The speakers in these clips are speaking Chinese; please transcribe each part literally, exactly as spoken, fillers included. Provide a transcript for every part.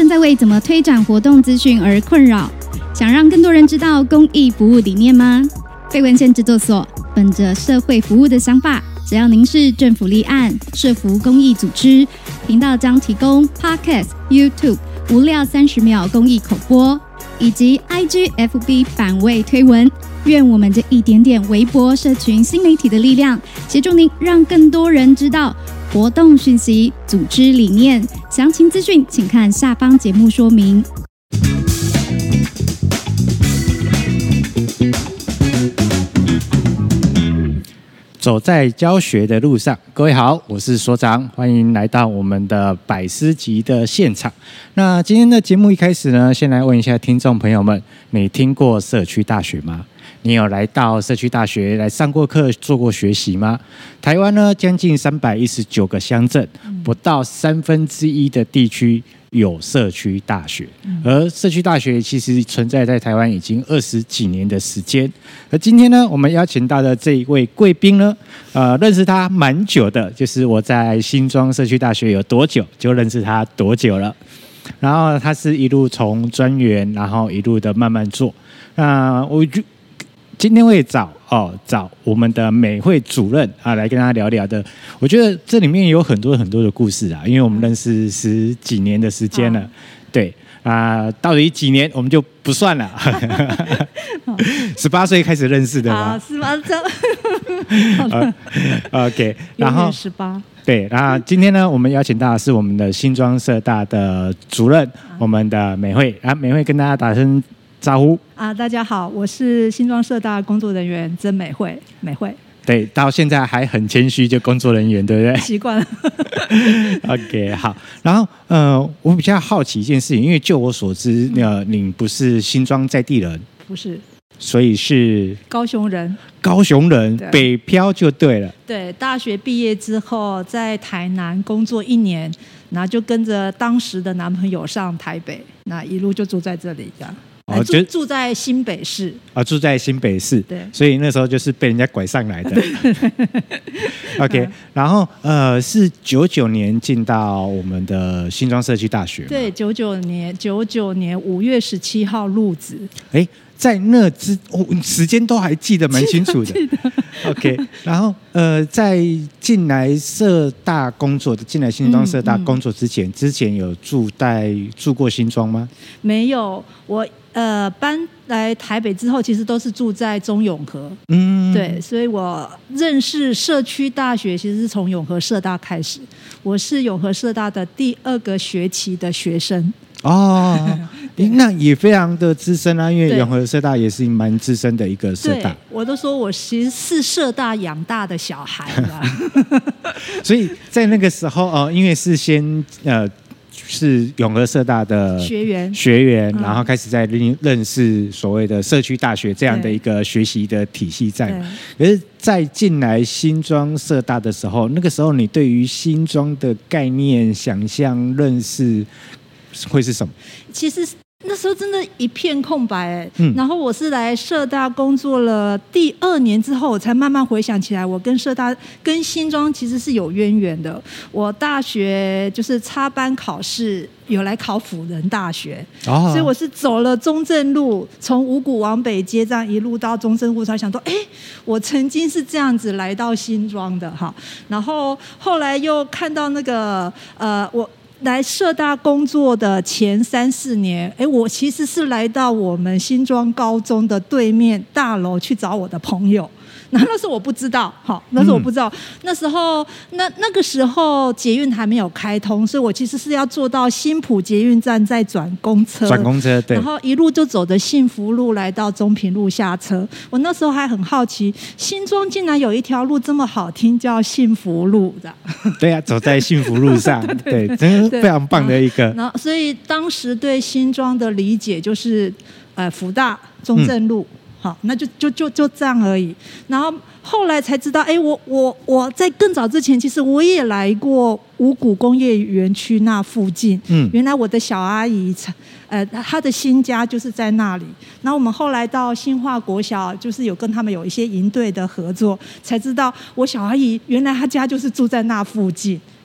正在为怎么推展活动资讯而困扰，想让更多人知道公益服务理念吗？非文献制作所本着社会服务的想法，只要您是政府立案、社服公益组织，频道将提供 Podcast、YouTube 无料三十秒公益口播，以及 I G、F B 版位推文。愿我们这一点点微博社群新媒体的力量，协助您让更多人知道活动讯息、组织理念。详情资讯请看下方节目说明。 走在教学的路上，各位好，我是所长，欢迎来到我们的百思集的现场。那今天的节目一开始呢，先来问一下听众朋友们，你听过社区大学吗？你有来到社区大学来上过课、做过学习吗？台湾呢，将近三百一十九个乡镇，不到三分之一的地区有社区大学，而社区大学其实存在在台湾已经二十几年的时间。而今天呢，我们邀请到的这一位贵宾呢，呃，认识他蛮久的，就是我在新庄社区大学有多久，就认识他多久了。然后他是一路从专员，然后一路的慢慢做。那我就今天会找哦找我们的美惠主任啊来跟他聊聊的。我觉得这里面有很多很多的故事啊，因为我们认识十几年的时间了，对啊、呃，到底几年我们就不算了。十八岁开始认识的吗？ 是吗？这样。OK， 然后十八。 对，那今天呢，我们邀请到的是我们的新庄社大的主任，我们的美惠啊，美惠跟大家打声招呼啊！大家好，我是新庄社大工作人员曾美惠，美惠。 对，到现在还很谦虚，就工作人员，对不对？ 习惯了。 OK， 好。然后，呃，我比较好奇一件事情，因为就我所知，呃，你不是新庄在地人， 不是， 所以是高雄人。 高雄人，北漂就对了。 对，大学毕业之后，在台南工作一年，然后就跟着当时的男朋友上台北，那一路就住在这里，这样。哦、住住在新北市啊、哦，住在新北市， 对， 所以那时候就是被人家拐上来的。OK， 然后呃，是九九年进到我们的新庄社区大学， 对，九九年九九年五月十七号入职。 哎，在那之、哦、时间都还记得蛮清楚的。OK， 然后呃，在进来社大工作的，进来新庄社大工作之前，嗯嗯、之前有住在住过新庄吗？ 没有，我。呃，搬来台北之后，其实都是住在中永和，嗯，对，所以我认识社区大学其实是从永和社大开始。我是永和社大的第二个学期的学生。哦， 那也非常的资深啊，因为永和社大也是蛮资深的一个社大。 我都说我其实是社大养大的小孩啦。 所以在那个时候，呃，因为是先呃。是永和社大的学员， 学员，然后开始在认识所谓的社区大学这样的一个学习的体系在。可是，在进来新庄社大的时候，那个时候你对于新庄的概念、想象、认识会是什么？ 其实那时候真的一片空白、欸嗯、然后我是来社大工作了第二年之后，我才慢慢回想起来，我跟社大跟新庄其实是有渊源的。我大学就是插班考试有来考辅仁大学、哦、所以我是走了中正路，从五股往北街这样一路到中正路，才想说哎，我曾经是这样子来到新庄的哈。然后后来又看到那个呃我来社大工作的前三四年，哎，我其实是来到我们新庄高中的对面大楼去找我的朋友。那那时候我不知道，好，那时候我不知道，嗯、那时候那那个时候捷运还没有开通，所以我其实是要坐到新埔捷运站再转公车， 转公车对， 然后一路就走着幸福路来到中平路下车。我那时候还很好奇，新庄竟然有一条路这么好听，叫幸福路的。 对啊，走在幸福路上，对，对，真是非常棒的一个。 然后，所以当时对新庄的理解就是，呃，福大、中正路。嗯好，那就就就就这样而已。然后后来才知道，哎，我我我在更早之前，其实我也来过五股工业园区那附近。嗯，原来我的小阿姨，呃，她的新家就是在那里。然后我们后来到新化国小，就是有跟他们有一些营队的合作，才知道我小阿姨原来她家就是住在那附近。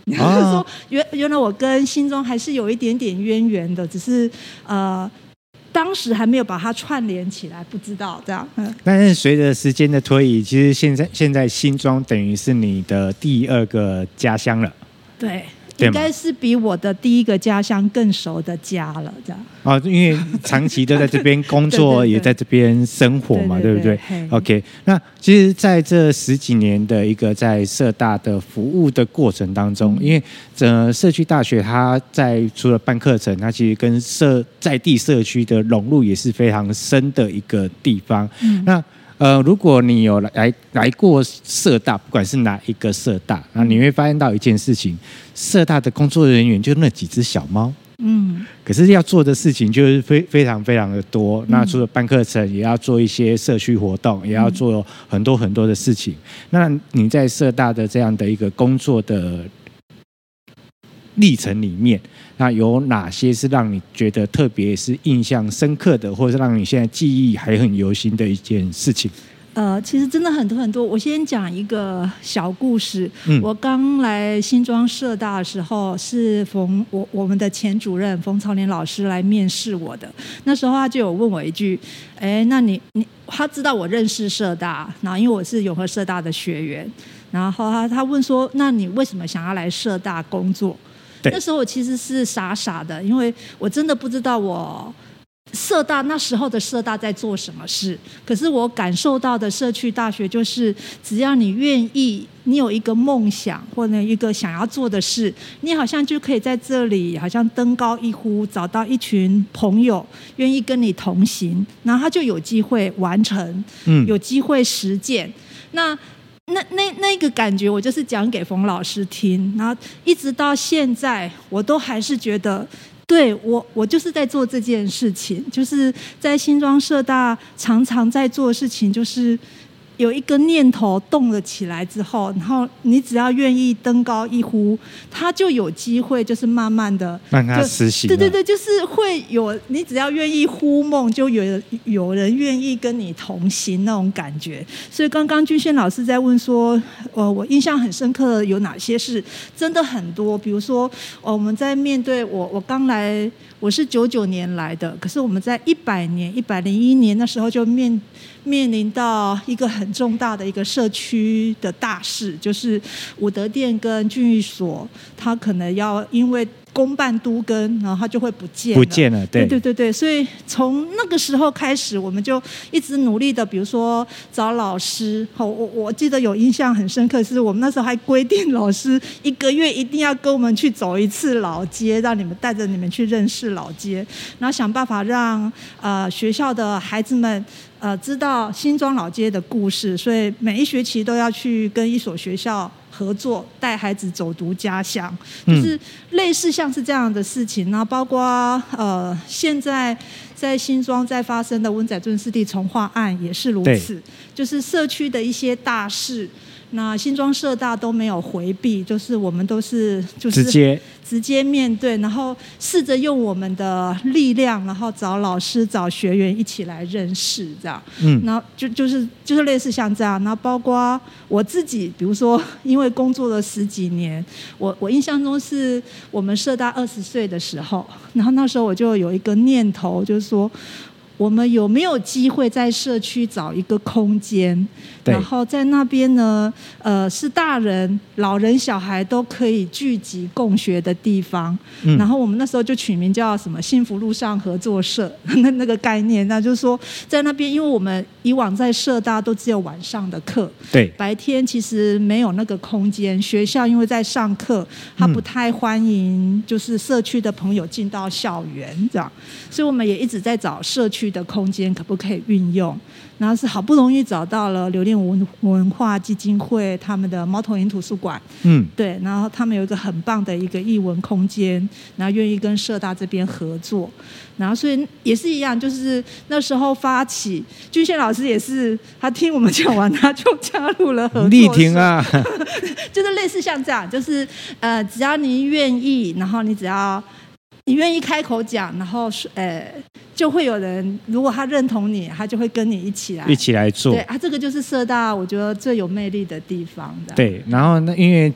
就是说原原来我跟新庄还是有一点点渊源的，只是呃。当时还没有把它串联起来，不知道这样。嗯、 但是随着时间的推移，其实现在现在新庄等于是你的第二个家乡了。 对，应该是比我的第一个家乡更熟的家了，这样。 哦，因为长期都在这边工作，对对对，也在这边生活嘛，对, 对, 对, 对不对 ？OK， 那其实在这十几年的一个在社大的服务的过程当中，因为呃社区大学它在除了办课程，它其实跟社在地社区的融入也是非常深的一个地方。嗯、那呃，如果你有来来过社大，不管是哪一个社大，然后你会发现到一件事情，社大的工作人员就那几只小猫。嗯，可是要做的事情就是非非常非常的多。嗯、那除了办课程，也要做一些社区活动，也要做很多很多的事情。那你在社大的这样的一个工作的历程里面，那有哪些是让你觉得特别是印象深刻的，或者是让你现在记忆还很犹新的一件事情？ 呃，其实真的很多很多。我先讲一个小故事。嗯、我刚来新庄社大的时候，是冯我我们的前主任冯朝莲老师来面试我的。那时候他就有问我一句：“哎，那你你他知道我认识社大，然后因为我是永和社大的学员，然后他他问说，那你为什么想要来社大工作？”那时候我其实是傻傻的，因为我真的不知道我社大那时候的社大在做什么事。可是我感受到的社区大学就是，只要你愿意，你有一个梦想或者一个想要做的事，你好像就可以在这里好像登高一呼，找到一群朋友愿意跟你同行，然后他就有机会完成，嗯，有机会实践。那那那那个感觉，我就是讲给冯老师听，然后一直到现在，我都还是觉得，对我我就是在做这件事情，就是在新庄社大常常在做的事情，就是有一个念头动了起来之后，然后你只要愿意登高一呼，它就有机会，就是慢慢的让它实行。 对对对，就是会有，你只要愿意呼梦，就有有人愿意跟你同行那种感觉。所以刚刚君轩老师在问说，呃，我印象很深刻的有哪些事？真的很多，比如说，呃、我们在面对我我刚来，我是九九年来的，可是我们在一百年、一百零一年那时候就面。面临到一个很重大的一个社区的大事，就是武德殿跟郡役所，它可能要因为公办都更，然后它就会不见了。 不见了，对对对对。所以从那个时候开始，我们就一直努力的，比如说找老师。我我记得有印象很深刻，是我们那时候还规定老师一个月一定要跟我们去走一次老街，让你们带着你们去认识老街，然后想办法让呃学校的孩子们。呃，知道新庄老街的故事，所以每一学期都要去跟一所学校合作，带孩子走读家乡，就是类似像是这样的事情。然后包括呃，现在在新庄在发生的温仔圳湿地重划案也是如此，就是社区的一些大事。那新庄社大都没有回避，就是我们都是就是直接直接面对，然后试着用我们的力量，然后找老师、找学员一起来认识，这样。嗯，然后就就是就是类似像这样，然后包括我自己，比如说因为工作了十几年，我我印象中是我们社大二十岁的时候，然后那时候我就有一个念头，就是说。我们有没有机会在社区找一个空间，然后在那边呢，呃，是大人、老人、小孩都可以聚集共学的地方。嗯、然后我们那时候就取名叫什么“幸福路上合作社”那那个概念，那就是说在那边，因为我们以往在社大都只有晚上的课， 对， 白天其实没有那个空间。学校因为在上课，他不太欢迎就是社区的朋友进到校园这样，所以我们也一直在找社区的空间可不可以运用，然后是好不容易找到了留恋文文化基金会他们的猫头鹰图书馆，嗯，对，然后他们有一个很棒的一个艺文空间，然后愿意跟社大这边合作，然后所以也是一样，就是那时候发起，君宪老师也是他听我们讲完，他就加入了合作社， 力挺啊， 就是类似像这样，就是呃，只要你愿意，然后你只要。你愿意开口讲，然后呃，就会有人，如果他认同你，他就会跟你一起来， 一起来做。 对啊，这个就是社大，我觉得最有魅力的地方的。 对，然后呢，因为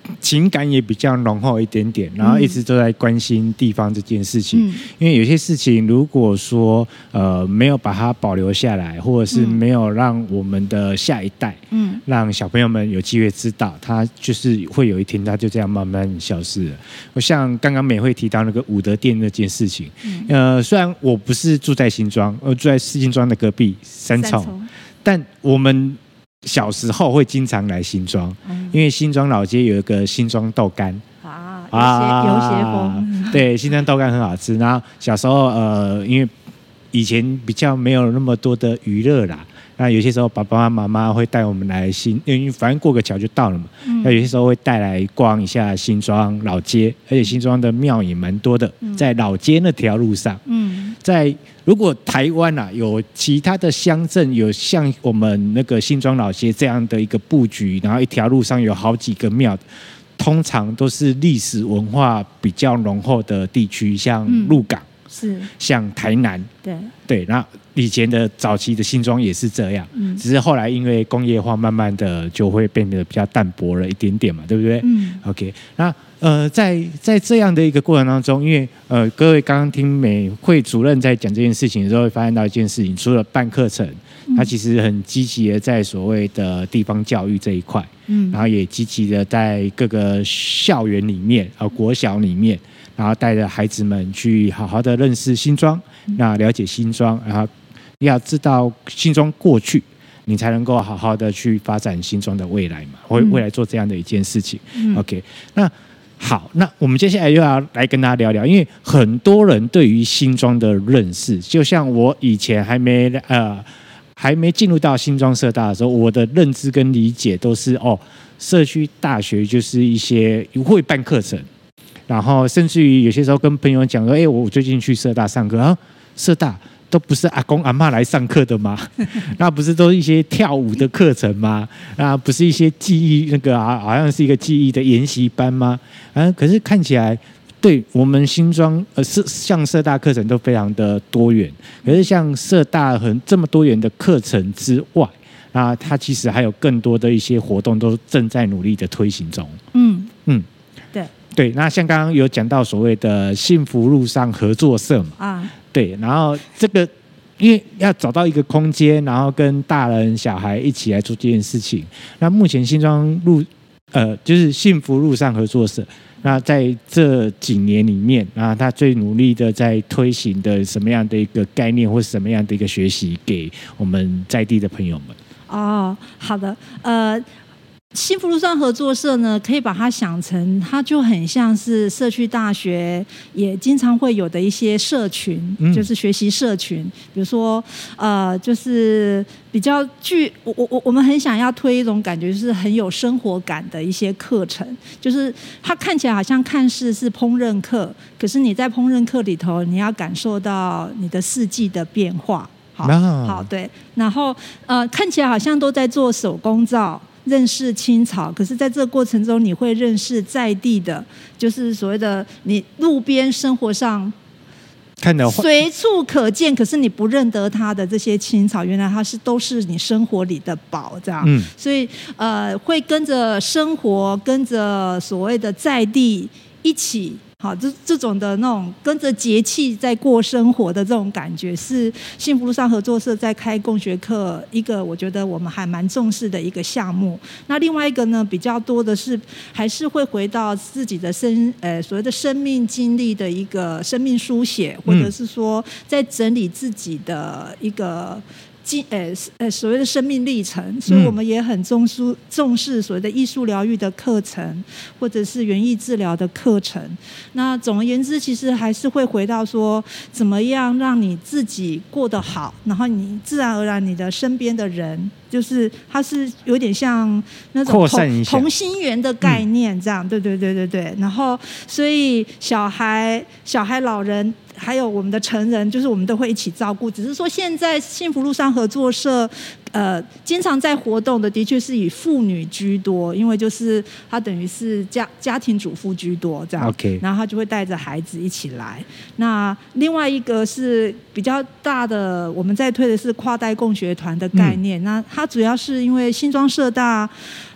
情感也比较浓厚一点点，然后一直都在关心地方这件事情。嗯、因为有些事情，如果说呃没有把它保留下来，或者是没有让我们的下一代，嗯，让小朋友们有机会知道，它就是会有一天它就这样慢慢消失了。我像刚刚美惠提到那个武德殿那件事情，嗯、呃，虽然我不是住在新庄，我住在新庄的隔壁三重，但我们小时候会经常来新庄，嗯、因为新庄老街有一个新庄豆干啊，有些风， 对，新庄豆干很好吃。然后小时候呃，因为以前比较没有那么多的娱乐啦，那有些时候爸爸妈妈会带我们来新，因为反正过个桥就到了嘛。嗯、那有些时候会带来逛一下新庄老街，而且新庄的庙也蛮多的，嗯、在老街那条路上。嗯，在如果台湾啊有其他的乡镇有像我们那个新庄老街这样的一个布局，然后一条路上有好几个庙，通常都是历史文化比较浓厚的地区，像鹿港。嗯是像台南，对对，那以前的早期的新庄也是这样，嗯、只是后来因为工业化，慢慢的就会变得比较淡薄了一点点嘛，对不对？嗯 ，OK， 那呃，在在这样的一个过程当中，因为呃，各位刚刚听美惠主任在讲这件事情的时候，会发现到一件事情，除了办课程，嗯、他其实很积极的在所谓的地方教育这一块，嗯，然后也积极的在各个校园里面，呃，国小里面。然后带着孩子们去好好的认识新庄，那了解新庄，然后要知道新庄过去，你才能够好好的去发展新庄的未来嘛，会未来做这样的一件事情。嗯、OK， 那好，那我们接下来又要来跟大家聊聊，因为很多人对于新庄的认识，就像我以前还没呃还没进入到新庄社大的时候，我的认知跟理解都是哦，社区大学就是一些会办课程。然后甚至于有些时候跟朋友讲说，哎，我最近去社大上课啊，社大都不是阿公阿嬷来上课的吗？那不是都是一些跳舞的课程吗？那不是一些记忆那个啊，好像是一个记忆的研习班吗？啊，可是看起来对我们新庄呃社像社大课程都非常的多元，可是像社大很这么多元的课程之外，那它其实还有更多的一些活动都正在努力的推行中。嗯嗯。对，那像刚刚有讲到所谓的幸福路上合作社嘛，啊，对，然后这个因为要找到一个空间，然后跟大人小孩一起来做这件事情。那目前新庄路呃就是幸福路上合作社，那在这几年里面，啊，他最努力的在推行的什么样的一个概念，或什么样的一个学习给我们在地的朋友们？ 哦，好的，呃。幸福路上合作社呢，可以把它想成，它就很像是社区大学也经常会有的一些社群，嗯、就是学习社群。比如说，呃，就是比较具我我我们很想要推一种感觉，就是很有生活感的一些课程。就是它看起来好像看似是烹饪课，可是你在烹饪课里头，你要感受到你的四季的变化。好， no. 好，对。然后呃，看起来好像都在做手工皂。认识青草，可是在这个过程中，你会认识在地的，就是所谓的你路边生活上看到随处可见，可是你不认得它的这些青草，原来它是都是你生活里的宝，这样。嗯，所以呃，会跟着生活，跟着所谓的在地一起。好，这这种的那种跟着节气在过生活的这种感觉，是幸福路上合作社在开共学课一个我觉得我们还蛮重视的一个项目。那另外一个呢，比较多的是还是会回到自己的生呃所谓的生命经历的一个生命书写，或者是说在整理自己的一个。呃呃，所谓的生命历程，所以我们也很重视重视所谓的艺术疗愈的课程，或者是园艺治疗的课程。那总而言之，其实还是会回到说，怎么样让你自己过得好，然后你自然而然你的身边的人，就是它是有点像那种同同心圆的概念，这样，嗯、对对对对对。然后，所以小孩、小孩、老人。还有我们的成人，就是我们都会一起照顾。只是说现在幸福路上合作社，呃，经常在活动的，的确是以妇女居多，因为就是她等于是家家庭主妇居多这样。 Okay. 然后她就会带着孩子一起来。那另外一个是比较大的，我们在推的是跨代共学团的概念。嗯、那它主要是因为新庄社大。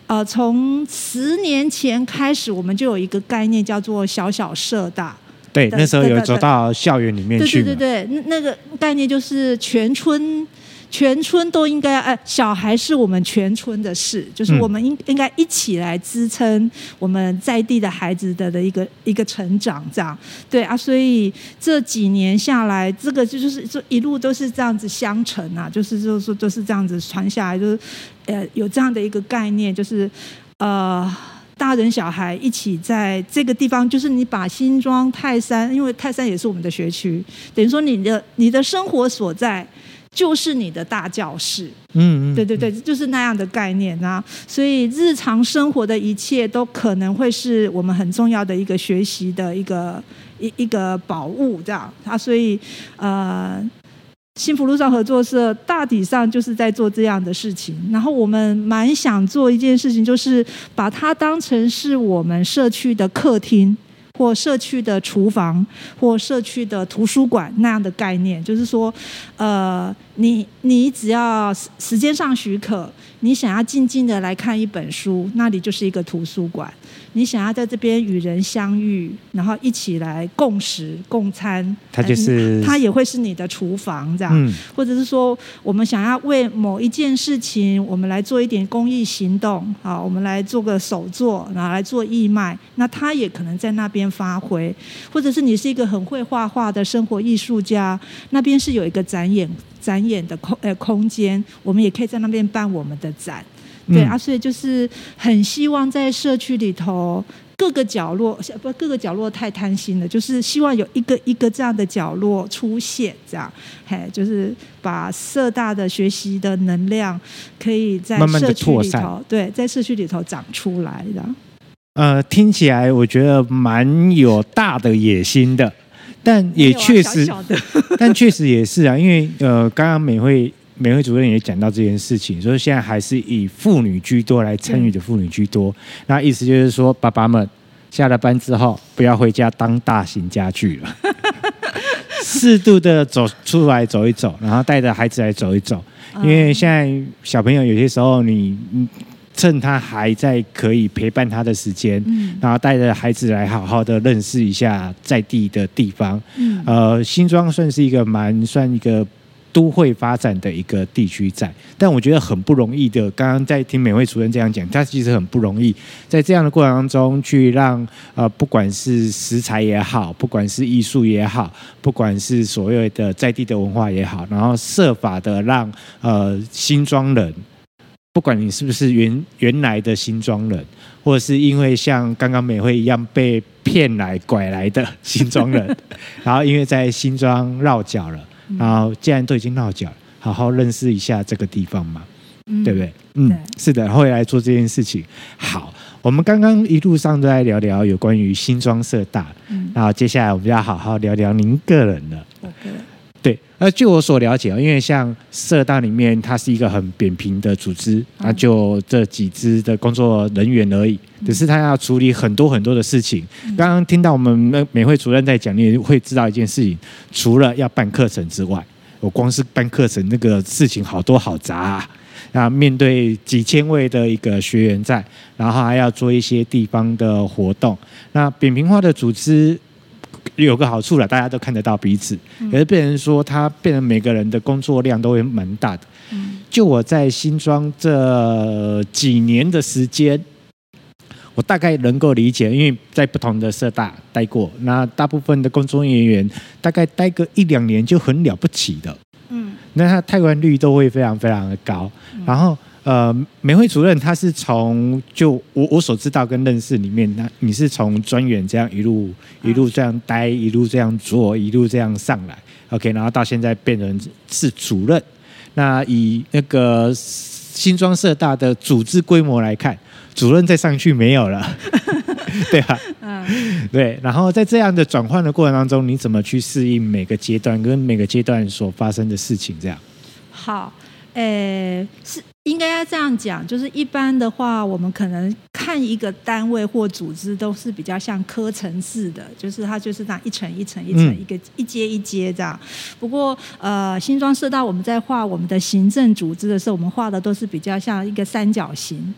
呃，从十年前开始，我们就有一个概念叫做小小社大。 对，那时候有走到校园里面去。 对对对对，那那个概念就是全村。全村都应该，哎，小孩是我们全村的事，就是我们应应该一起来支撑我们在地的孩子的的一个一个成长，这样，对啊，所以这几年下来，这个就是就一路都是这样子相承啊，就是就是都是这样子传下来，就是呃有这样的一个概念，就是呃。大人小孩一起在这个地方，就是你把新庄泰山，因为泰山也是我们的学区，等于说你的你的生活所在就是你的大教室，嗯，对对对，就是那样的概念啊。所以日常生活的一切都可能会是我们很重要的一个学习的一个一一个宝物，这样啊。所以呃。幸福路上合作社大体上就是在做这样的事情，然后我们蛮想做一件事情，就是把它当成是我们社区的客厅或社区的厨房或社区的图书馆那样的概念，就是说呃，你你只要时间上许可，你想要静静的来看一本书，那里就是一个图书馆。你想要在这边与人相遇，然后一起来共食共餐， 它就是、 呃、它也会是你的厨房这样、嗯、或者是说我们想要为某一件事情我们来做一点公益行动，好，我们来做个手作，然后来做义卖，那它也可能在那边发挥。或者是你是一个很会画画的生活艺术家，那边是有一个展演展演的空呃空间，我们也可以在那边办我们的展。对啊，所以就是很希望在社区里头各个角落，不，各个角落太贪心了，就是希望有一个一个这样的角落出现，这样，嘿，就是把社大的学习的能量可以在社区里头，慢慢对，在社区里头长出来的。 呃，听起来我觉得蛮有大的野心的，但也确实， 小小的但确实也是啊，因为呃，刚刚美惠。美惠主任也讲到这件事情，所以现在还是以妇女居多来参与的妇女居多。那意思就是说，爸爸们下了班之后不要回家当大型家具了，适度的走出来走一走，然后带着孩子来走一走。因为现在小朋友有些时候你，你趁他还在可以陪伴他的时间，嗯、然后带着孩子来好好的认识一下在地的地方。嗯、呃，新庄算是一个蛮算一个。都会发展的一个地区在，但我觉得很不容易的。刚刚在听美惠主任这样讲，他其实很不容易，在这样的过程当中，去让呃不管是食材也好，不管是艺术也好，不管是所谓的在地的文化也好，然后设法的让呃新庄人，不管你是不是原原来的新庄人，或者是因为像刚刚美惠一样被骗来拐来的新庄人，然后因为在新庄落脚了。然后既然都已经落脚了，好好认识一下这个地方嘛，嗯、对不对？嗯，对，是的，会来做这件事情。好，我们刚刚一路上都在聊聊有关于新庄社大，嗯、然后接下来我们要好好聊聊您个人了。我个人。对，呃，据我所了解，因为像社大里面，它是一个很扁平的组织，那、嗯、就这几支的工作人员而已，只是他要处理很多很多的事情。嗯、刚刚听到我们美惠主任在讲，你也会知道一件事情，除了要办课程之外，我光是办课程那个事情好多好杂啊。那面对几千位的一个学员在，然后还要做一些地方的活动。那扁平化的组织。有个好处了，大家都看得到彼此，可是变成说，他变成每个人的工作量都会蛮大的。嗯、就我在新庄这几年的时间，我大概能够理解，因为在不同的社大待过，那大部分的工作人员大概待个一两年就很了不起的。嗯，那他汰换率都会非常非常的高，嗯、然后。呃，美惠主任他是从就我我所知道跟认识里面，那你是从专员这样一路一路这样待，一路这样做，一路这样上来 ，OK， 然后到现在变成是主任。那以那个新庄社大的组织规模来看，主任再上去没有了，对吧？嗯，对。然后在这样的转换的过程当中，你怎么去适应每个阶段跟每个阶段所发生的事情？这样。 好，呃，是。应该要这样讲，就是一般的话，我们可能看一个单位或组织都是比较像科层式的，就是它就是这样一层一层一层、嗯、一个一阶一阶这样。不过呃，新庄社大我们在画我们的行政组织的时候，我们画的都是比较像一个三角形。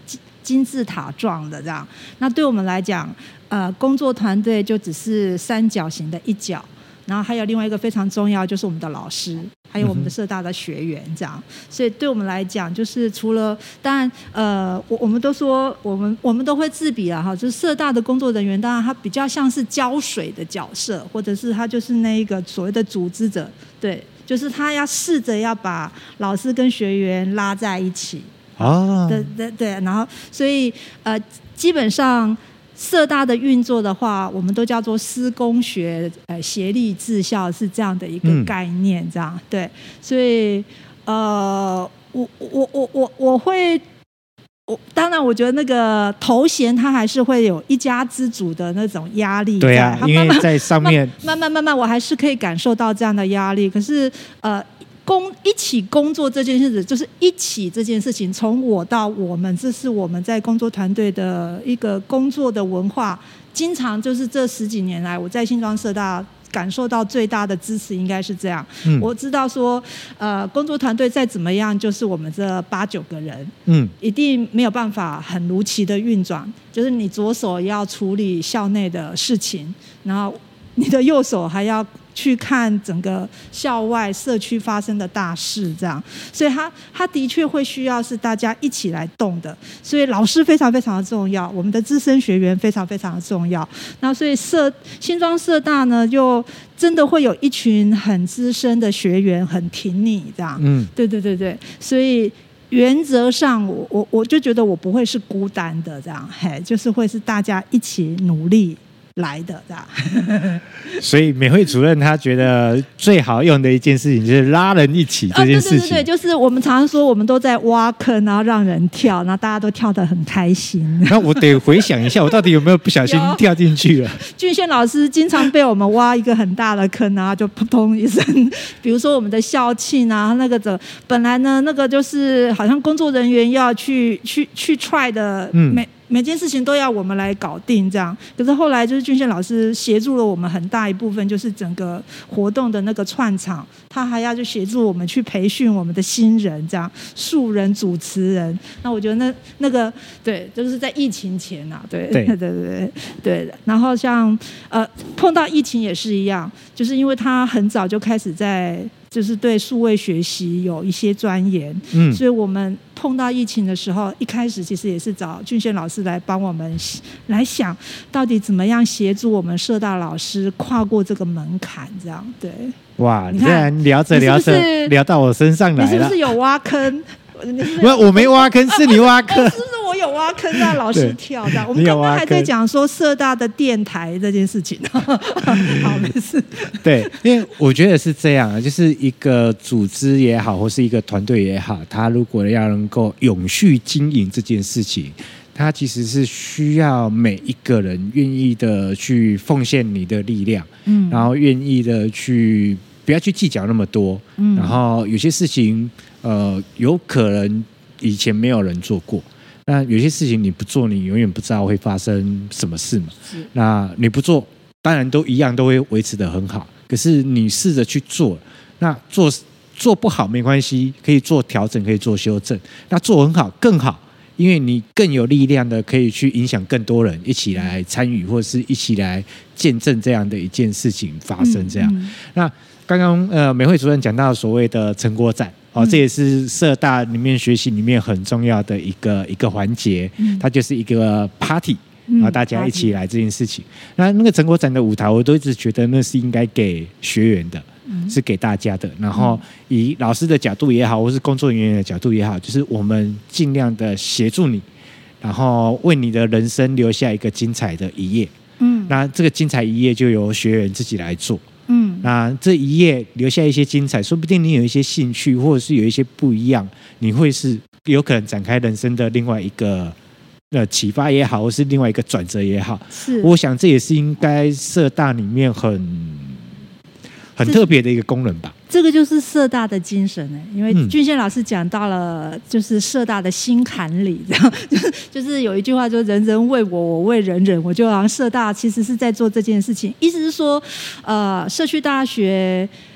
金字塔状的这样。那对我们来讲，呃，工作团队就只是三角形的一角。然后还有另外一个非常重要，就是我们的老师，还有我们的社大的学员，这样。所以对我们来讲，就是除了当然，呃，我我们都说，我们我们都会自比了哈，就是社大的工作人员，当然他比较像是浇水的角色，或者是他就是那一个所谓的组织者，对，就是他要试着要把老师跟学员拉在一起。 哦， 对对对，然后所以呃，基本上。社大的运作的话，我们都叫做施工学，呃，协力治校是这样的一个概念，这样、嗯、对，所以呃，我我我我我会，我当然我觉得那个头衔它还是会有一家之主的那种压力， 对啊，因为在上面慢慢慢慢，我还是可以感受到这样的压力，可是呃。工一起工作这件事情，就是一起这件事情，从我到我们，这是我们在工作团队的一个工作的文化。经常就是这十几年来，我在新庄社大感受到最大的支持，应该是这样。嗯、我知道说，呃，工作团队再怎么样，就是我们这八九个人，嗯，一定没有办法很如期的运转。就是你左手要处理校内的事情，然后你的右手还要。去看整个校外社区发生的大事，这样，所以他他的确会需要是大家一起来动的，所以老师非常非常的重要，我们的资深学员非常非常的重要，那所以社新庄社大呢，就真的会有一群很资深的学员很挺你这样，嗯，对对对对，所以。原则上我，我我就觉得我不会是孤单的，这样，嘿，就是会是大家一起努力。来的，这样。 所以美惠主任他觉得最好用的一件事情就是拉人一起这件事情。哦、对对对， 就是我们常常说我们都在挖坑，然后让人跳，然后大家都跳得很开心。 那我得回想一下，我到底有没有不小心跳进去了？ 俊宪老师经常被我们挖一个很大的坑，然后就扑通一声。比如说我们的校庆啊，那个的本来呢，那个就是好像工作人员要去去去 try 的，每、嗯。每件事情都要我们来搞定，这样。可是后来就是俊宪老师协助了我们很大一部分，就是整个活动的那个串场，他还要去协助我们去培训我们的新人，这样素人主持人。那我觉得那那个对，就是在疫情前啊，对对对对对。然后像呃碰到疫情也是一样，就是因为他很早就开始在。就是对数位学习有一些钻研，嗯，所以我们碰到疫情的时候，一开始其实也是找俊宪老师来帮我们来想，到底怎么样协助我们社大老师跨过这个门槛，这样对。 哇，你看聊着聊着聊到我身上来了， 你是不是有挖坑？ 不，我没挖坑，是你挖坑。 是不是我有挖坑让老师跳的？我们刚刚还在讲说社大的电台这件事情。好，没事。 对，因为我觉得是这样，就是一个组织也好，或是一个团队也好，他如果要能够永续经营这件事情，他其实是需要每一个人愿意的去奉献你的力量，嗯，然后愿意的去不要去计较那么多，嗯，然后有些事情。呃，有可能以前没有人做过，那有些事情你不做，你永远不知道会发生什么事嘛。那你不做，当然都一样都会维持得很好。可是你试着去做，那做做不好没关系，可以做调整，可以做修正。那做很好更好，因为你更有力量的可以去影响更多人一起来参与，或者是一起来见证这样的一件事情发生。这样，嗯嗯、那刚刚呃美惠主任讲到所谓的成果展。哦，这也是社大里面学习里面很重要的一个一个环节，嗯、它就是一个 party， 然后大家一起来这件事情。嗯、那那个成果展的舞台，我都一直觉得那是应该给学员的，嗯、是给大家的。然后以老师的角度也好，或是工作人员的角度也好，就是我们尽量的协助你，然后为你的人生留下一个精彩的一页。嗯，那这个精彩一页就由学员自己来做。嗯，那这一页留下一些精彩，说不定你有一些兴趣，或者是有一些不一样，你会是有可能展开人生的另外一个呃启发也好，或是另外一个转折也好。是，我想这也是应该社大里面很很特别的一个功能吧。 这个就是社大的精神哎，因为俊宪老师讲到了，就是社大的心坎里，这样就是就是有一句话，就人人为我，我为人人。我就好像社大其实是在做这件事情，意思是说，呃，社区大学。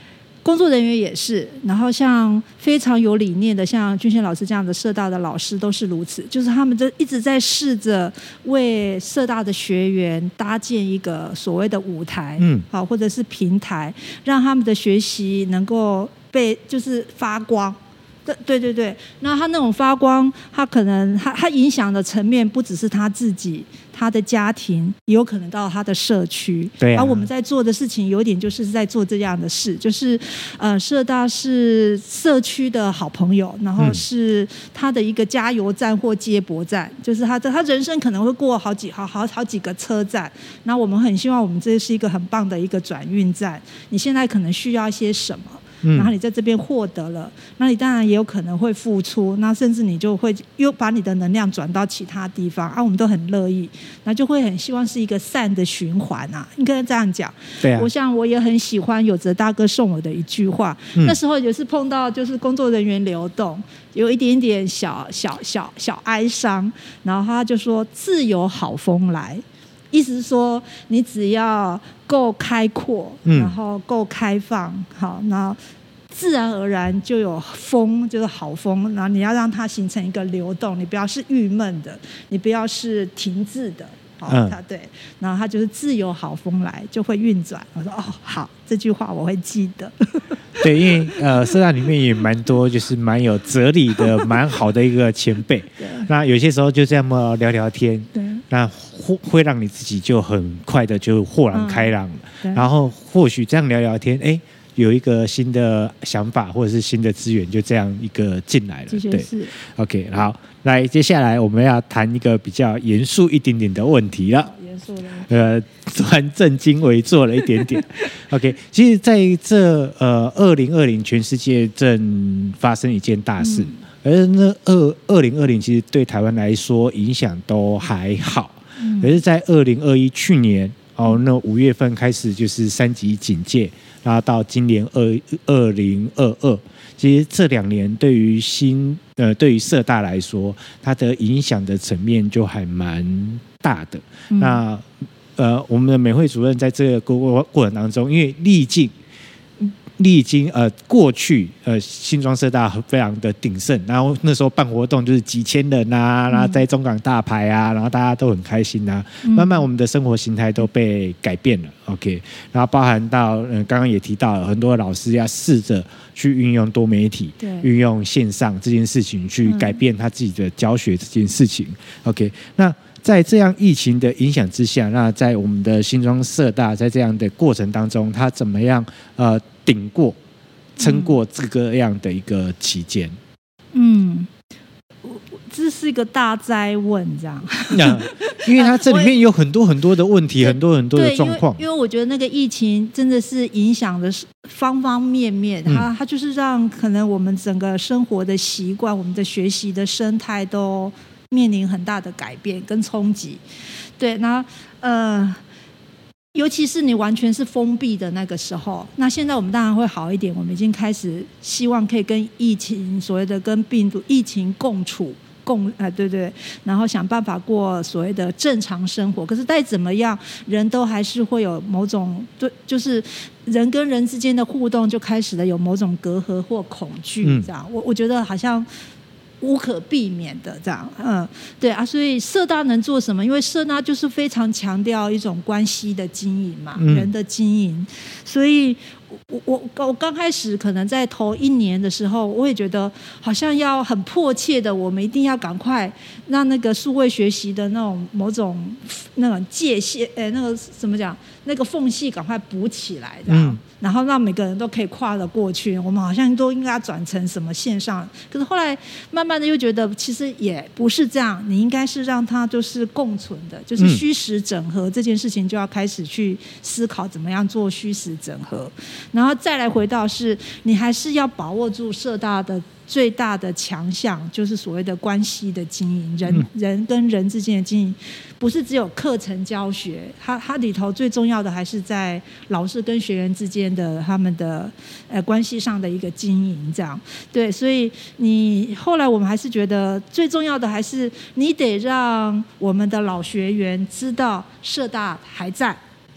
工作人员也是，然后像非常有理念的，像俊宪老师这样的社大的老师都是如此，就是他们就一直在试着为社大的学员搭建一个所谓的舞台，嗯，好，或者是平台，让他们的学习能够被就是发光。对对对，那他那种发光，他可能他他影响的层面不只是他自己，他的家庭，也有可能到他的社区。 对、啊， 而我们在做的事情，有点就是在做这样的事，就是呃，社大是社区的好朋友，然后是他的一个加油站或接驳站，就是他的他人生可能会过好几好好好几个车站。那我们很希望我们这是一个很棒的一个转运站。你现在可能需要一些什么？然后你在这边获得了，那你当然也有可能会付出，那甚至你就会又把你的能量转到其他地方啊，我们都很乐意，那就会很希望是一个善的循环啊，应该这样讲。 对啊， 我想我也很喜欢有哲大哥送我的一句话，嗯、那时候也是碰到就是工作人员流动，有一点点小小小小哀伤，然后他就说自有好风来。意思是说，你只要够开阔，嗯、然后够开放，好，然后自然而然就有风，就是好风。然后你要让它形成一个流动，你不要是郁闷的，你不要是停滞的，好，嗯、它对，然后它就是自有好风来，就会运转。我说哦，好，这句话我会记得。 对，因为呃，社大里面也蛮多，就是蛮有哲理的、蛮好的一个前辈。那有些时候就这么聊聊天，对，那会让你自己就很快的就豁然开朗了。嗯、然后或许这样聊聊天，哎，有一个新的想法或者是新的资源就这样一个进来了。对 ，OK， 好，来，接下来我们要谈一个比较严肃一点点的问题了。呃，突然正襟危坐了一点点。OK， 其实在这呃二零二零全世界正发生一件大事，嗯、而那二二零二零其实对台湾来说影响都还好，嗯、可是，在二零二一去年哦，那五月份开始就是三级警戒，然后到今年二二零二二，其实这两年对于新呃对于社大来说，它的影响的层面就还蛮大的。嗯、那呃，我们的美惠主任在这个过过程当中，因为历尽历经呃过去呃新庄社大非常的鼎盛，然后那时候办活动就是几千人啊，然后在中港大排啊，然后大家都很开心啊。嗯、慢慢我们的生活形态都被改变了 ，OK， 然后包含到嗯、呃、刚刚也提到了很多老师要试着去运用多媒体，运用线上这件事情去改变他自己的教学这件事情。嗯、OK， 那在这样疫情的影响之下，那在我们的新庄社大在这样的过程当中，他怎么样呃顶过、撑过这个样的一个期间？ 嗯，这是一个大哉问，这样。 因为它这里面有很多很多的问题，很多很多的状况。 因为我觉得那个疫情真的是影响的方方面面，它、嗯、它就是让可能我们整个生活的习惯、我们的学习的生态都面临很大的改变跟冲击。对，那呃，尤其是你完全是封闭的那个时候，那现在我们当然会好一点，我们已经开始希望可以跟疫情所谓的跟病毒疫情共处。共哎对对，然后想办法过所谓的正常生活。可是再怎么样，人都还是会有某种对，就是人跟人之间的互动就开始了有某种隔阂或恐惧，这样。嗯、我我觉得好像无可避免的这样，嗯，对啊，所以社大能做什么？因为社大就是非常强调一种关系的经营嘛，嗯、人的经营，所以。我我我刚开始可能在头一年的时候，我也觉得好像要很迫切的，我们一定要赶快让那个数位学习的那种某种那种界限，呃，那个怎么讲，那个缝隙赶快补起来，这样，嗯、然后让每个人都可以跨得过去。我们好像都应该转成什么线上，可是后来慢慢的又觉得其实也不是这样，你应该是让它就是共存的，就是虚实整合这件事情就要开始去思考怎么样做虚实整合。然后再来回到是，你还是要把握住社大的最大的强项，就是所谓的关系的经营，人、嗯、人跟人之间的经营，不是只有课程教学，它它里头最重要的还是在老师跟学员之间的他们的呃关系上的一个经营，这样对，所以你后来我们还是觉得最重要的还是你得让我们的老学员知道社大还在。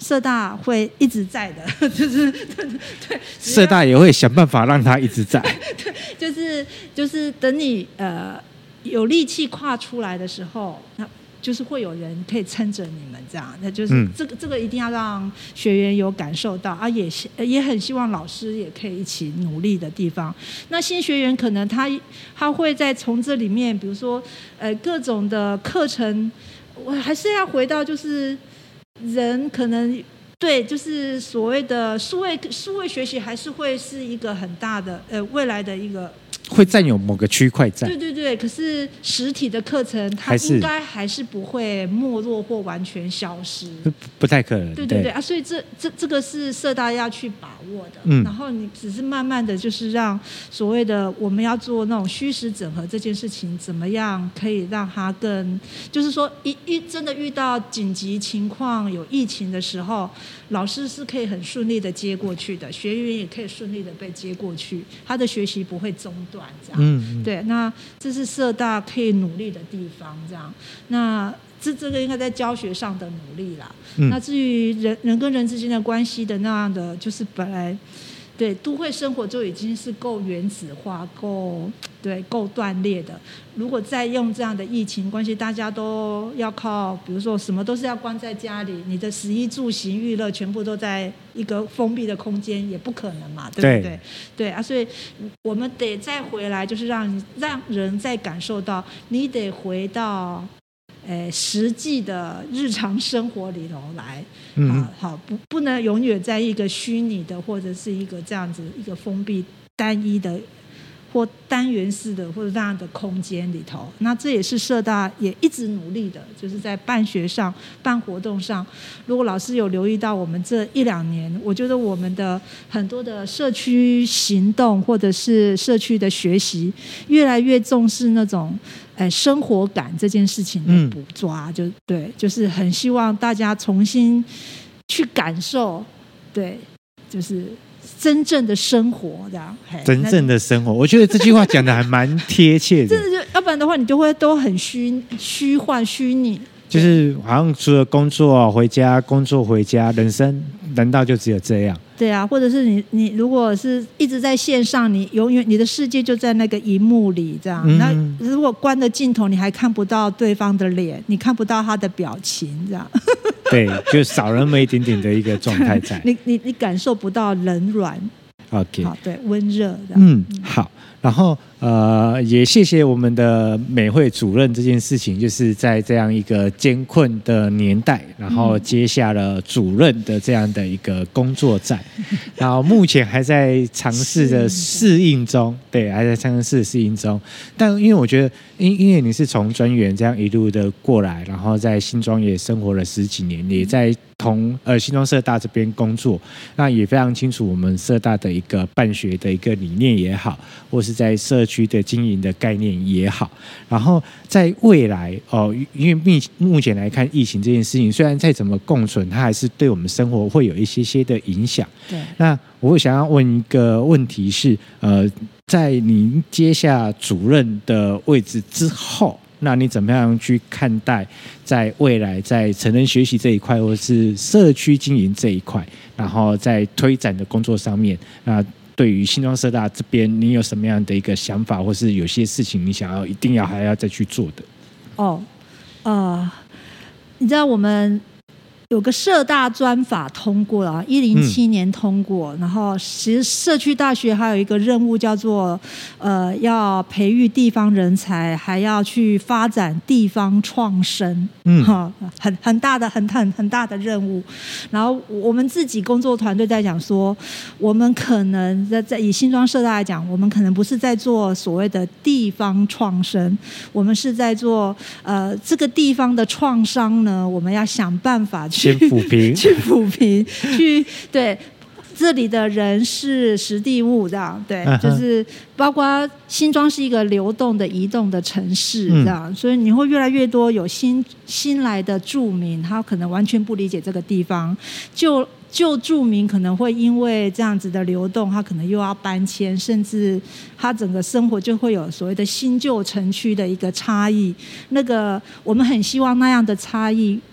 社大会一直在的，就是对， 社大也会想办法让它一直在。 对，就是就是等你呃有力气跨出来的时候，那就是会有人可以撑着你们这样。那就是、嗯、这个这个一定要让学员有感受到啊，也也很希望老师也可以一起努力的地方。那新学员可能他他会在从这里面，比如说呃各种的课程，我还是要回到就是人可能。对，就是所谓的数位数位学习，还是会是一个很大的呃未来的一个会占有某个区块在。 对对对，可是实体的课程，它应该还是不会没落或完全消失， 不, 不太可能。 对对对啊，所以这这这个是社大要去把握的。嗯，然后你只是慢慢的就是让所谓的我们要做那种虚实整合这件事情，怎么样可以让它更，就是说一一真的遇到紧急情况有疫情的时候。老师是可以很顺利的接过去的，学员也可以顺利的被接过去，他的学习不会中断，这样。嗯嗯对，那这是社大可以努力的地方，这样。那这这个应该在教学上的努力啦。嗯、那至于人人跟人之间的关系的那样的，就是本来。对，都会生活就已经是够原子化、够对够断裂的。如果再用这样的疫情关系，大家都要靠，比如说什么都是要关在家里，你的食衣住行娱乐全部都在一个封闭的空间，也不可能嘛，对不对？对, 对啊，所以我们得再回来，就是让让人再感受到，你得回到。诶，实际的日常生活里头来，嗯、好好不不能永远在一个虚拟的或者是一个这样子一个封闭单一的或单元式的或者这样的空间里头。那这也是社大也一直努力的，就是在办学上、办活动上。如果老师有留意到我们这一两年，我觉得我们的很多的社区行动或者是社区的学习，越来越重视那种。哎，生活感这件事情的捕抓，嗯、就对，就是很希望大家重新去感受，对，就是真正的生活这样。 真正的生活，我觉得这句话讲的还蛮贴切的。 真的就，要不然的话，你就会都很虚、虚幻、虚拟。 就是好像除了工作回家，工作回家，人生难道就只有这样？ 对啊，或者是你你如果是一直在线上，你永远你的世界就在那个荧幕里这样。嗯、那如果关了镜头，你还看不到对方的脸，你看不到他的表情这样。 对，就少了那么一点点的一个状态在。 你你你感受不到冷软。 OK， 好，对，温热。 嗯，好。然后呃，也谢谢我们的美慧主任这件事情，就是在这样一个艰困的年代，然后接下了主任的这样的一个工作站，然后目前还在尝试的适应中，对，还在尝试适应中。但因为我觉得，因因为你是从专员这样一路的过来，然后在新庄也生活了十几年，也在同呃新庄社大这边工作，那也非常清楚我们社大的一个办学的一个理念也好，或是在社区的经营的概念也好，然后在未来哦，因为目前来看，疫情这件事情虽然再怎么共存，它还是对我们生活会有一些些的影响。 对， 那我会想要问一个问题是，呃，在您接下主任的位置之后，那你怎么样去看待在未来在成人学习这一块，或是社区经营这一块，然后在推展的工作上面，那对于新庄社大这边，你有什么样的一个想法，或是有些事情你想要一定要还要再去做的？ 哦，呃，你知道我们有个社大专法通过了，一零七年通过、嗯，然后其实社区大学还有一个任务叫做，呃，要培育地方人才，还要去发展地方创生，嗯，哈，很很大的很很很大的任务。然后我们自己工作团队在讲说，我们可能在在以新庄社大来讲，我们可能不是在做所谓的地方创生，我们是在做呃这个地方的创伤呢，我们要想办法去。 先抚平， 去抚平，去对这里的人事、实地物这样，对， uh-huh. 就是包括新庄是一个流动的、移动的城市这样、嗯，所以你会越来越多有新新来的住民，他可能完全不理解这个地方，就旧住民可能会因为这样子的流动，他可能又要搬迁，甚至他整个生活就会有所谓的新旧城区的一个差异。那个我们很希望那样的差异。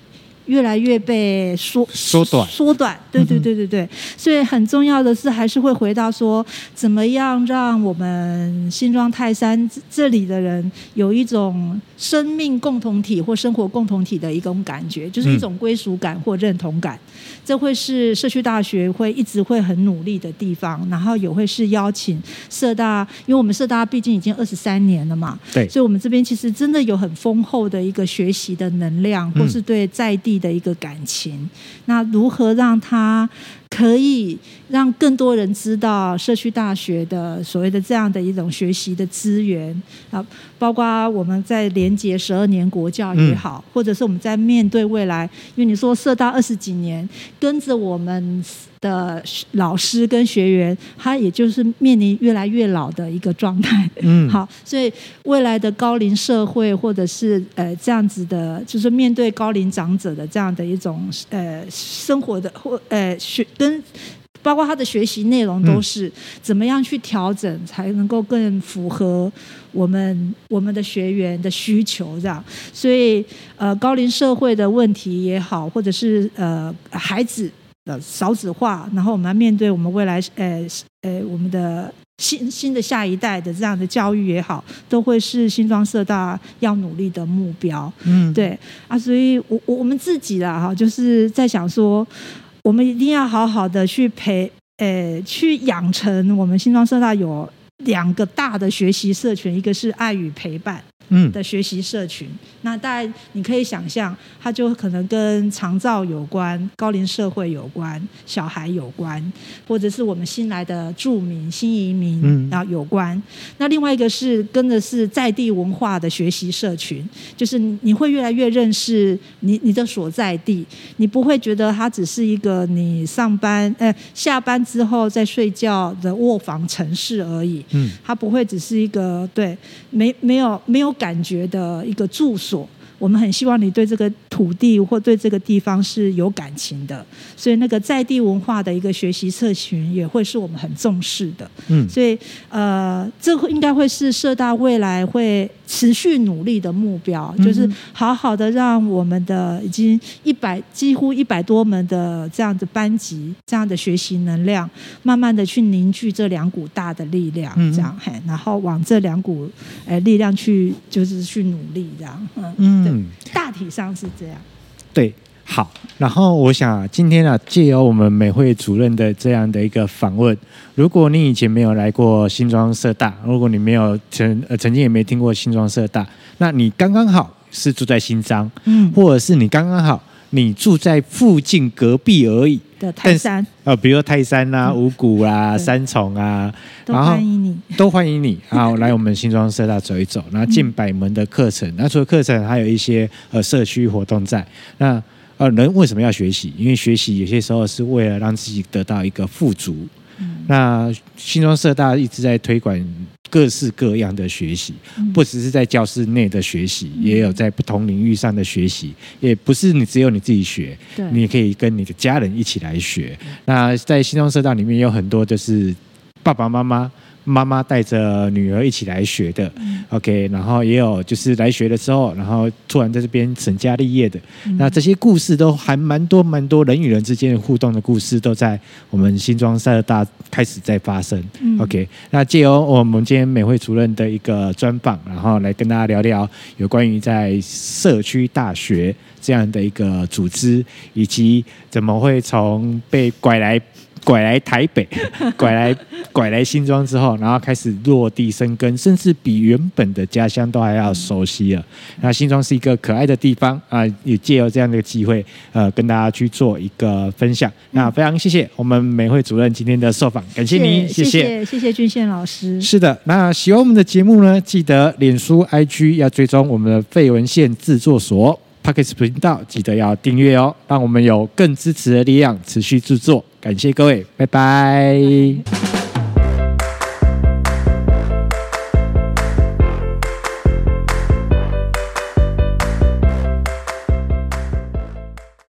越来越被缩缩短缩短，对对对对对、嗯，所以很重要的是还是会回到说，怎么样让我们新庄泰山这里的人有一种生命共同体或生活共同体的一种感觉，就是一种归属感或认同感。嗯，这会是社区大学会一直会很努力的地方，然后也会是邀请社大，因为我们社大毕竟已经二十三年了嘛， 对， 所以我们这边其实真的有很丰厚的一个学习的能量，或是对在地的一个感情。嗯，那如何让它可以让更多人知道社区大学的所谓的这样的一种学习的资源啊，包括我们在连结十二年国教也好、嗯，或者是我们在面对未来，因为你说社大二十几年，跟着我们的老师跟学员，他也就是面临越来越老的一个状态。嗯，好，所以未来的高龄社会，或者是呃这样子的，就是面对高龄长者的这样的一种呃生活的或呃学跟。包括他的学习内容都是怎么样去调整，才能够更符合我们我们的学员的需求，这样。所以呃，高龄社会的问题也好，或者是呃孩子的少子化，然后我们要面对我们未来呃呃我们的新新的下一代的这样的教育也好，都会是新庄社大要努力的目标。嗯，对啊，所以我我们自己啦哈，就是在想说，我们一定要好好的去培，呃，去养成我们新庄社大有两个大的学习社群，一个是爱与陪伴的学习社群、嗯、那大概你可以想象，它就可能跟长照有关、高龄社会有关、小孩有关，或者是我们新来的住民、新移民、嗯、然后有关。那另外一个是跟的是在地文化的学习社群，就是你会越来越认识你你的所在地，你不会觉得它只是一个你上班呃下班之后在睡觉的卧房城市而已，嗯，它不会只是一个对没没有没有感觉的一个住所。我们很希望你对这个土地或对这个地方是有感情的，所以那个在地文化的一个学习社群也会是我们很重视的。嗯，所以呃，这应该会是社大未来会持续努力的目标，嗯、就是好好的让我们的已经一百几乎一百多门的这样的班级，这样的学习能量，慢慢的去凝聚这两股大的力量，嗯、这样，然后往这两股呃力量去就是去努力，这样，嗯。嗯嗯，大体上是这样。 对，好。然后我想今天啊，借由我们美慧主任的这样的一个访问，如果你以前没有来过新庄社大，如果你没有曾呃曾经也没听过新庄社大，那你刚刚好是住在新庄，嗯，或者是你刚刚好你住在附近隔壁而已。 的泰山， 呃，比如说泰山啊、五股啊、三重啊， 都欢迎你， 都欢迎你啊，来我们新庄社大走一走。然后近百门的课程，那除了课程，还有一些呃社区活动在。那呃，人为什么要学习？因为学习有些时候是为了让自己得到一个富足。嗯、那新庄社大一直在推广各式各样的学习，不只是在教室内的学习，嗯、也有在不同领域上的学习，也不是你只有你自己学，你也可以跟你的家人一起来学。那在新庄社大里面有很多就是爸爸妈妈。妈妈带着女儿一起来学的、嗯、OK， 然后也有就是来学的时候，然后突然在这边成家立业的、嗯、那这些故事都还蛮多蛮多人与人之间的互动的故事都在我们新庄社大开始在发生、嗯、OK， 那借由我们今天美慧主任的一个专访，然后来跟大家聊聊有关于在社区大学这样的一个组织，以及怎么会从被拐来拐来台北，拐来拐来新庄之后，然后开始落地生根，甚至比原本的家乡都还要熟悉了。那新庄是一个可爱的地方啊、呃，也借由这样的机会，呃，跟大家去做一个分享。那非常谢谢我们美慧主任今天的受访，感谢您，谢谢， 谢谢，谢谢俊宪老师。 是的，那喜欢我们的节目呢，记得脸书、I G 要追踪我们的废文献制作所。Podcast 频道记得要订阅哦，让我们有更支持的力量持续制作。感谢各位，拜拜。